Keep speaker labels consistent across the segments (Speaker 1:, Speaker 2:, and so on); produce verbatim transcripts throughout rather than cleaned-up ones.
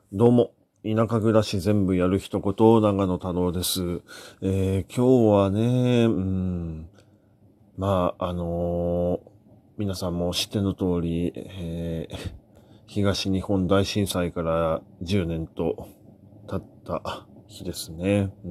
Speaker 1: どうも、田舎暮らし全部やる一言、長野太郎です。えー、今日はね、うん、まあ、あのー皆さんも知っての通り、えー、東日本大震災からじゅうねんと経った日ですね。うん、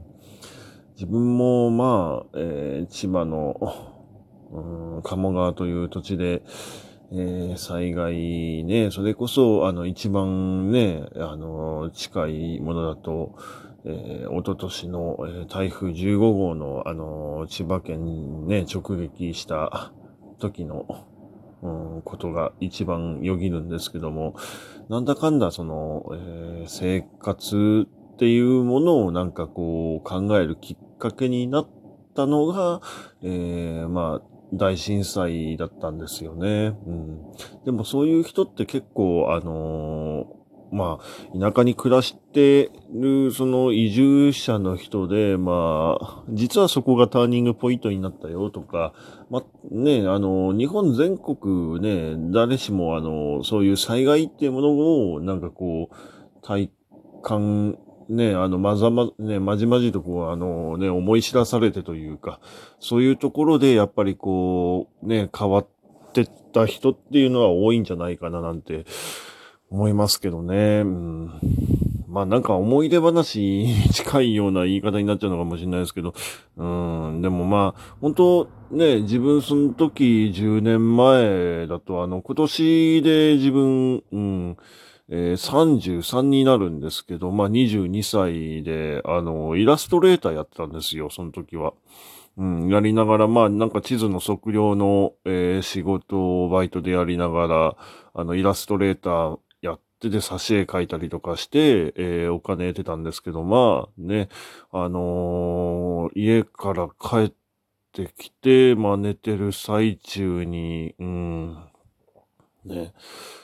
Speaker 1: 自分も、まあ、えー千葉の、うん、鴨川という土地で、えー災害ね、それこそ、あの、一番ね、あの、近いものだと、えー、一昨年の、えー台風じゅうごごうの、あの、千葉県にね、直撃した時の、うん、ことが一番よぎるんですけども、なんだかんだその、えー生活っていうものをなんかこう考えるきっかけになったのが、えーまあ、大震災だったんですよね。うん。でもそういう人って結構、あのーまあ、田舎に暮らしてる、その移住者の人で、まあ、実はそこがターニングポイントになったよとか、ま、ね、あの、日本全国ね、誰しもあの、そういう災害っていうものを、なんかこう、体感、ね、あの、まざま、ね、まじまじとこう、あの、ね、思い知らされてというか、そういうところで、やっぱりこう、ね、変わってった人っていうのは多いんじゃないかななんて思いますけどね。うん、まあなんか思い出話に近いような言い方になっちゃうのかもしれないですけど、うん、でもまあ、本当ね、自分その時じゅうねんまえだと、あの、今年で自分、うん、えー、さんじゅうさんになるんですけど、まあにじゅうにさいで、あの、イラストレーターやってたんですよ、その時は。うん、やりながら、まあ、なんか地図の測量の、えー仕事をバイトでやりながら、あの、イラストレーターやってで挿絵描いたりとかして、えーお金得てたんですけど、まあ、ね、あのー家から帰ってきて、まあ、寝てる最中に、うん、ね、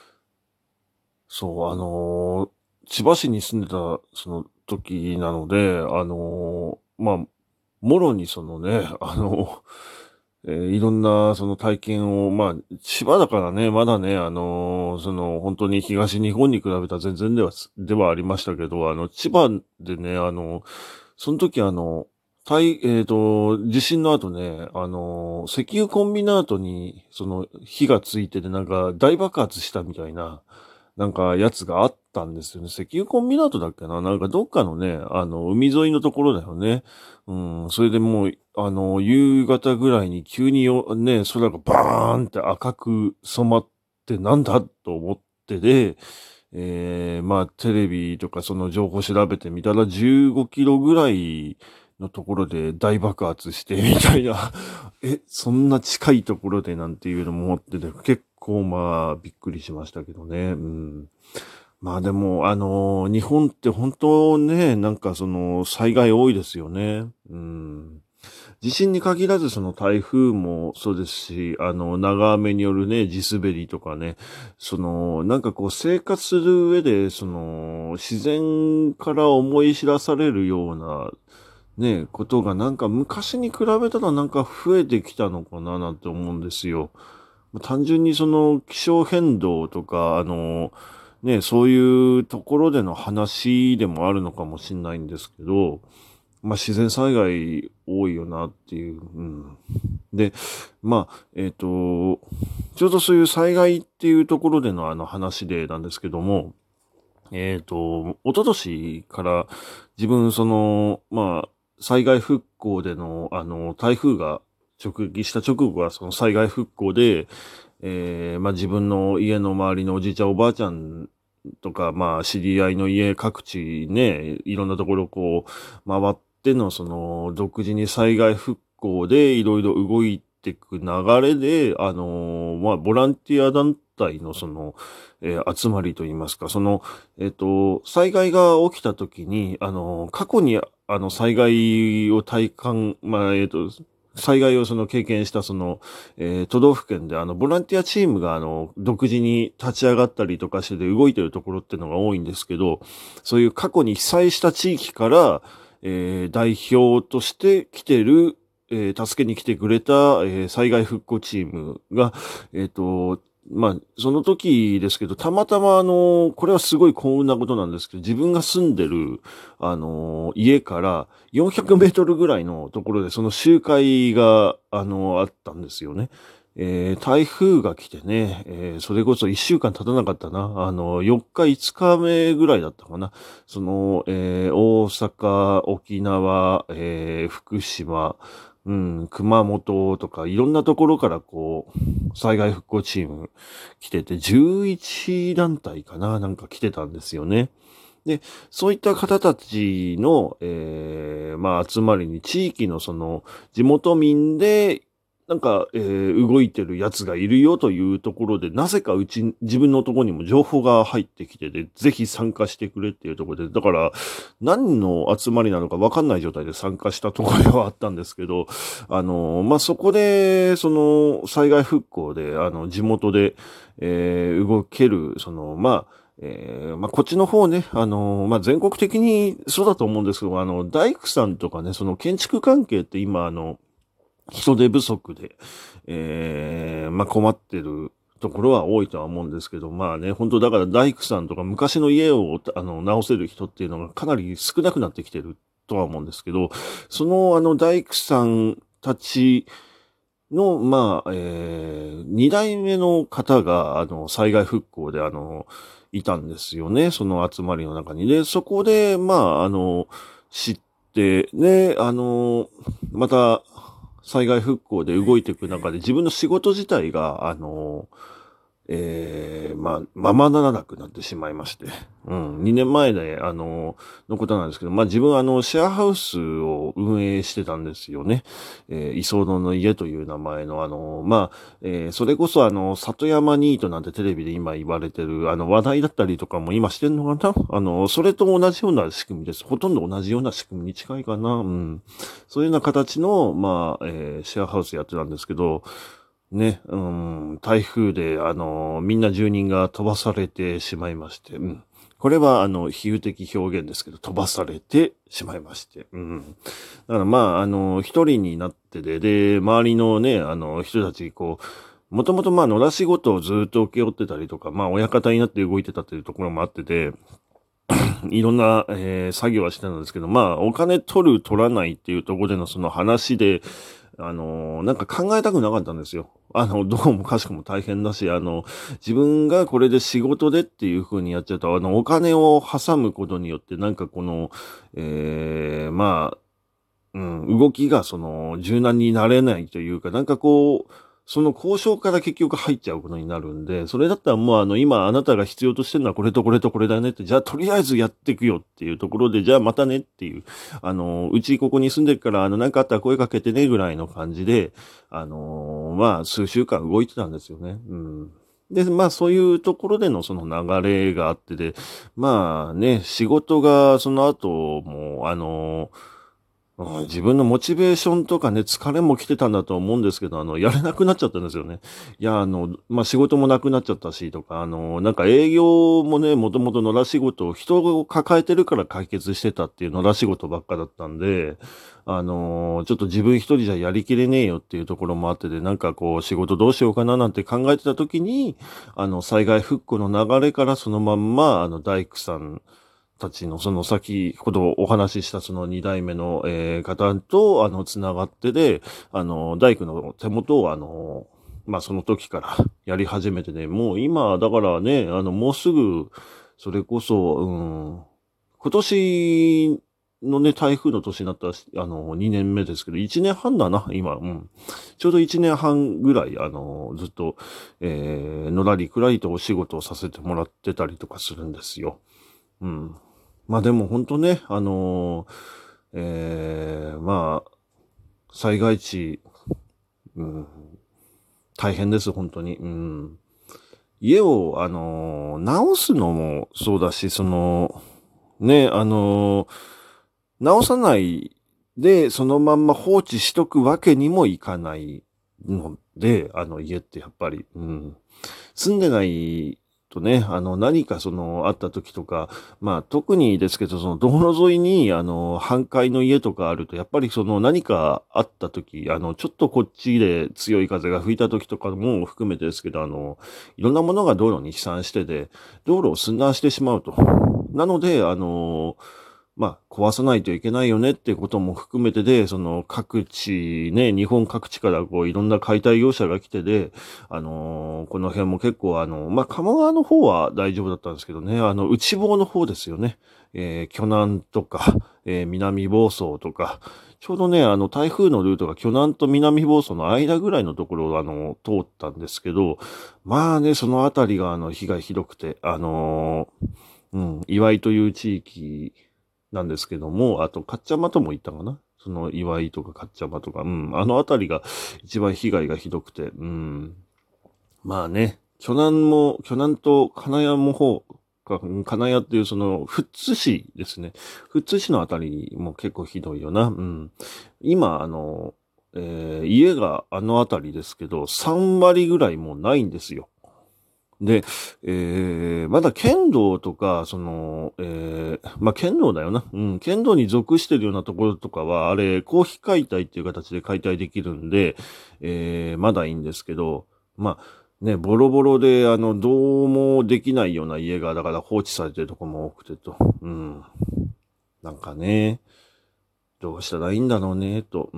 Speaker 1: そう、あのー千葉市に住んでた、その時なので、あのーまあ、もろにそのね、あの、えーいろんなその体験を、まあ、千葉だからね、まだね、あのーその、本当に東日本に比べたら全然では、ではありましたけど、あの、千葉でね、あの、その時あの、台、えっと、地震の後ね、あの、石油コンビナートに、その、火がついてて、なんか、大爆発したみたいな、なんか、やつがあったんですよね。石油コンビナートだっけな、なんか、どっかのね、あの、海沿いのところだよね。うん、それでもう、あの、夕方ぐらいに急によ、ね、空がバーンって赤く染まって、なんだと思ってで、えー、まあ、テレビとかその情報調べてみたらじゅうごキロぐらいのところで大爆発してみたいな。え、そんな近いところでなんていうのも思ってて、結構まあ、びっくりしましたけどね。うん。まあでも、あのー日本って本当ね、なんかその災害多いですよね。うん。地震に限らずその台風もそうですし、あの、長雨によるね、地滑りとかね、その、なんかこう生活する上で、その、自然から思い知らされるような、ね、ことがなんか昔に比べたらなんか増えてきたのかななんて思うんですよ。単純にその気象変動とか、あの、ね、そういうところでの話でもあるのかもしれないんですけど、まあ自然災害多いよなっていう。うん、で、まあ、えっ、と、ちょうどそういう災害っていうところでのあの話でなんですけども、えっ、と、一昨年から自分その、まあ、災害復興での、あの、台風が直撃した直後はその災害復興で、えーまあ自分の家の周りのおじいちゃんおばあちゃんとか、まあ知り合いの家各地ね、いろんなところこう回ってのその独自に災害復興でいろいろ動いていく流れで、あのーまあボランティア団体のその、えー集まりといいますか、その、えっ、と、災害が起きた時に、あのー過去にあの災害を体感、まあ、えっ、と、災害をその経験したその、えー都道府県であの、ボランティアチームがあの、独自に立ち上がったりとかしてで動いてるところっていうのが多いんですけど、そういう過去に被災した地域から、えー代表として来てる、えー助けに来てくれた、えー災害復興チームが、えっ、と、 まあ、その時ですけど、たまたまあの、これはすごい幸運なことなんですけど、自分が住んでる、あの、家からよんひゃくメートルぐらいのところでその集会が、あの、あったんですよね。えー台風が来てね、えーそれこそいっしゅうかん経たなかったな。あの、よっか、いつかめぐらいだったかな。その、えー大阪、沖縄、えー福島、うん、熊本とかいろんなところからこう、災害復興チーム来てて、じゅういちだんたいかな、なんか来てたんですよね。で、そういった方たちの、えー、まあ集まりに地域のその地元民で、なんか、えー、動いてるやつがいるよというところで、なぜかうち、自分のところにも情報が入ってきてで、ぜひ参加してくれっていうところで、だから、何の集まりなのか分かんない状態で参加したところではあったんですけど、あの、まあ、そこで、その、災害復興で、あの、地元で、えー、動ける、その、まあ、えー、まあ、こっちの方ね、あの、まあ、全国的にそうだと思うんですけど、あの、大工さんとかね、その建築関係って今、あの、人手不足で、えー、まあ、困ってるところは多いとは思うんですけど、まあね、本当だから大工さんとか昔の家を、あの、直せる人っていうのがかなり少なくなってきてるとは思うんですけど、その、あの、大工さんたちの、まあ、えー、二代目の方が、あの、災害復興で、あの、いたんですよね。その集まりの中に。で、そこで、まあ、あの、知って、ね、あの、また、災害復興で動いていく中で自分の仕事自体が、あの、ええまあ、ままならなくなってしまいまして。うん。にねんまえで、あの、のことなんですけど、まあ自分はあの、シェアハウスを運営してたんですよね。えー、居候の家という名前の、あの、まあ、えーそれこそあの、里山ニートなんてテレビで今言われてる、あの、話題だったりとかも今してんのかなあの、それと同じような仕組みです。ほとんど同じような仕組みに近いかなうん。そういうような形の、まあ、えーシェアハウスやってたんですけど、ね、うん、台風で、あの、みんな住人が飛ばされてしまいまして、うん。これは、あの、比喩的表現ですけど、飛ばされてしまいまして、うん。だから、まあ、あの、一人になってで、で、周りのね、あの、人たち、こう、もともと、まあ、野良仕事をずっと請け負ってたりとか、まあ、親方になって動いてたというところもあってで、いろんな、えー作業はしてたんですけど、まあ、お金取る、取らないっていうところでのその話で、あのーなんか考えたくなかったんですよ。あの、どうもかしくも大変だし、あの、自分がこれで仕事でっていう風にやっちゃうと、あの、お金を挟むことによって、なんかこの、えー、まあ、うん、動きがその柔軟になれないというか、なんかこう、その交渉から結局入っちゃうことになるんで、それだったらもうあの今あなたが必要としてるのはこれとこれとこれだねって、じゃあとりあえずやっていくよっていうところで、じゃあまたねっていう、あの、うちここに住んでるからあのなんかあったら声かけてねぐらいの感じで、あのまあ数週間動いてたんですよね。うん。で、まあそういうところでのその流れがあってで、まあね、仕事がその後も、あのうん自分のモチベーションとかね、疲れも来てたんだと思うんですけど、あの、やれなくなっちゃったんですよね。いや、あの、まあ、仕事もなくなっちゃったし、とか、あの、なんか営業もね、もともと野良仕事を人を抱えてるから解決してたっていう野良仕事ばっかだったんで、あの、ちょっと自分一人じゃやりきれねえよっていうところもあってで、なんかこう、仕事どうしようかななんて考えてた時に、あの、災害復興の流れからそのまんま、あの、大工さん、たちの、その先ほどお話ししたその二代目の、えー方と、あの、つながってで、あの、大工の手元を、あの、まあ、その時からやり始めてね、もう今、だからね、あの、もうすぐ、それこそ、うん、今年のね、台風の年になったら、あの、にねんめですけど、いちねんはんだな、今、うん。ちょうどいちねんはんぐらい、あの、ずっと、えー、のらりくらりとお仕事をさせてもらってたりとかするんですよ。うん。まあでも本当ね、あのーえー、まあ、災害地、うん、大変です、本当に。うん。家を、あのー直すのもそうだし、その、ね、あのー直さないで、そのまんま放置しとくわけにもいかないので、あの家ってやっぱり、うん。住んでないとね、あの、何かその、あった時とか、まあ、特にですけど、その、道路沿いに、あの、半壊の家とかあると、やっぱりその、何かあった時、あの、ちょっとこっちで強い風が吹いた時とかも含めてですけど、あの、いろんなものが道路に飛散してで、道路を寸断してしまうと。なので、あの、まあ、壊さないといけないよねっていうことも含めてで、その各地ね、日本各地からこういろんな解体業者が来てで、あのーこの辺も結構あの、まあ、鴨川の方は大丈夫だったんですけどね、あの、内房の方ですよね。えー、巨南とか、えー南房総とか、ちょうどね、あの、台風のルートが巨南と南房総の間ぐらいのところをあの、通ったんですけど、まあね、そのあたりがあの、被害ひどくて、あのーうん、岩井という地域、なんですけども、あと、カッチャマとも言ったかな、その、岩井とかカッチャマとか、うん、あのあたりが一番被害がひどくて、うん。まあね、巨南も、巨南と金谷も方か、金谷っていうその、富津市ですね。富津市のあたりも結構ひどいよな。うん。今、あの、えー家があのあたりですけど、さん割ぐらいもうないんですよ。で、えー、まだ剣道とか、その、えー、まあ、剣道だよな。うん、剣道に属してるようなところとかは、あれ、公費解体っていう形で解体できるんで、えー、まだいいんですけど、まあ、ね、ボロボロで、あの、どうもできないような家が、だから放置されてるとこも多くてと。うん。なんかね、どうしたらいいんだろうね、と、うん、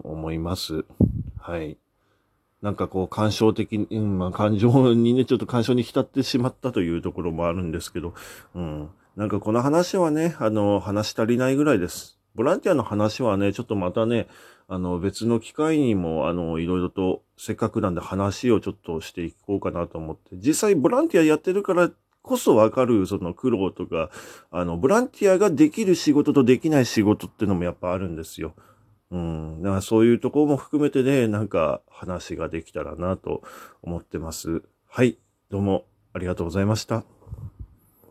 Speaker 1: 思います。はい。なんかこう感傷的に、うん、まあ感情にね、ちょっと感傷に浸ってしまったというところもあるんですけど、うん。なんかこの話はね、あの、話し足りないぐらいです。ボランティアの話はね、ちょっとまたね、あの、別の機会にも、あの、いろいろと、せっかくなんで話をちょっとしていこうかなと思って、実際ボランティアやってるからこそわかる、その苦労とか、あの、ボランティアができる仕事とできない仕事っていうのもやっぱあるんですよ。うん。だからそういうところも含めてね、なんか話ができたらなと思ってます。はい。どうもありがとうございました。